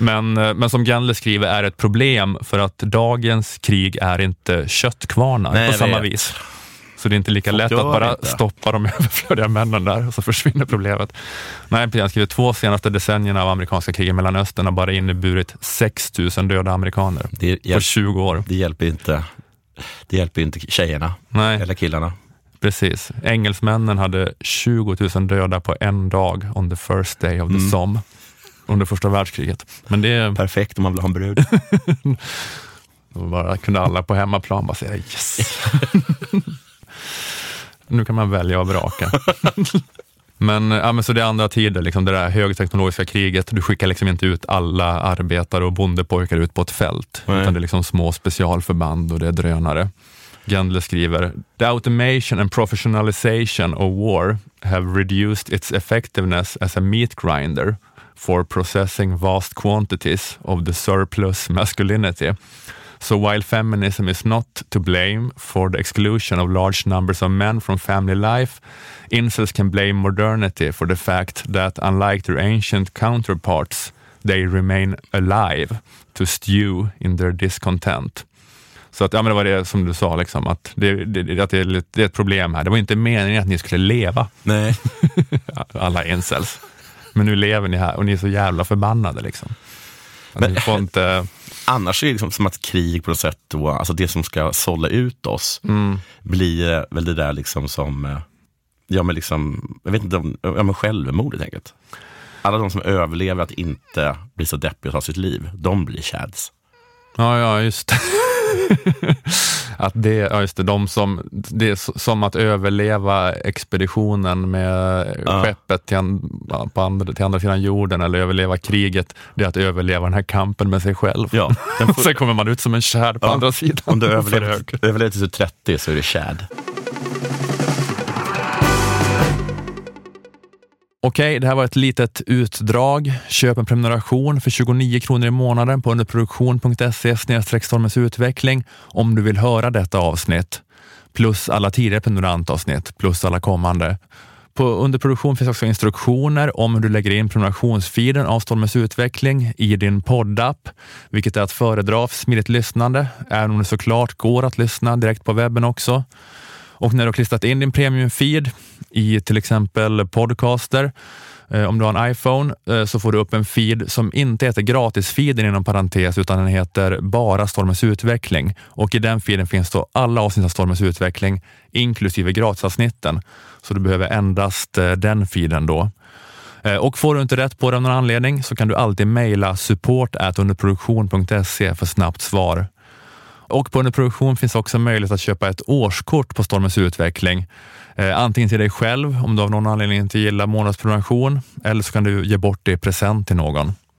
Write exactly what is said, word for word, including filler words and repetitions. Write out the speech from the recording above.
Men, men som Gendler skriver är ett problem för att dagens krig är inte köttkvarnar Nej, på samma vet. vis. Så det är inte lika Folk lätt att bara inte. stoppa de överflödiga männen där och så försvinner problemet. Nej, han skriver två senaste decennierna av amerikanska krig i Mellanöstern har bara inneburit sex tusen döda amerikaner det hjälp, på tjugo år. Det hjälper inte, det hjälper inte tjejerna Nej. eller killarna. Precis. Engelsmännen hade tjugo tusen döda på en dag on the first day of the mm. Somme under första världskriget. Men det är perfekt om man vill ha en brud. Då bara kunde alla på hemmaplan bara säga yes. Nu kan man välja och vraka. men, ja, men så det är andra tider, liksom det där högteknologiska kriget. Du skickar liksom inte ut alla arbetare och bondepojkar ut på ett fält. Nej. Utan det är liksom små specialförband och det är drönare. Gendler skriver: The automation and professionalization of war have reduced its effectiveness as a meat grinder for processing vast quantities of the surplus masculinity. So while feminism is not to blame for the exclusion of large numbers of men from family life, incels can blame modernity for the fact that unlike their ancient counterparts, they remain alive to stew in their discontent. Så att, ja, men det var det som du sa, liksom, att, det, det, att det, är, det är ett problem här. Det var inte meningen att ni skulle leva. Nej. Alla incels. Men nu lever ni här och ni är så jävla förbannade. Liksom. Men, ni får inte... Annars är det liksom som att krig på något sätt, då, alltså det som ska sålla ut oss, mm. blir väl det där liksom som, ja men liksom, jag vet inte, om, ja men självmord helt enkelt. Alla de som överlever att inte bli så deppiga och ta sitt liv, de blir chads. Ja, ja, just det. Att det, ja just det, de som, det är som att överleva expeditionen med ja. skeppet till, an, på andra, till andra sidan jorden, eller överleva kriget, det är att överleva den här kampen med sig själv. Ja, får... Sen kommer man ut som en kärd på ja. andra sidan. Om du överlever, överlever till trettio så är det kärd. Okej, det här var ett litet utdrag. Köp en prenumeration för tjugonio kronor i månaden på underproduktion punkt se snedstreck stormens utveckling om du vill höra detta avsnitt. Plus alla tidigare prenumerantavsnitt, plus alla kommande. På Underproduktion finns också instruktioner om hur du lägger in prenumerationsfeeden av Stormens utveckling i din poddapp, vilket är att föredra för smidigt lyssnande, även om det såklart går att lyssna direkt på webben också. Och när du har klistrat in din premium-feed i till exempel podcaster, eh, om du har en iPhone, eh, så får du upp en feed som inte heter gratis-feeden inom parentes, utan den heter bara Stormens utveckling. Och i den feeden finns då alla avsnitt av Stormens utveckling, inklusive gratisavsnitten. Så du behöver endast eh, den feeden då. Eh, och får du inte rätt på det av någon anledning så kan du alltid mejla support at underproduktion punkt se för snabbt svar. Och på Underproduktion finns också möjlighet att köpa ett årskort på Stormens utveckling. Eh, antingen till dig själv om du av någon anledning inte gillar månadsprenumeration, eller så kan du ge bort det i present till någon.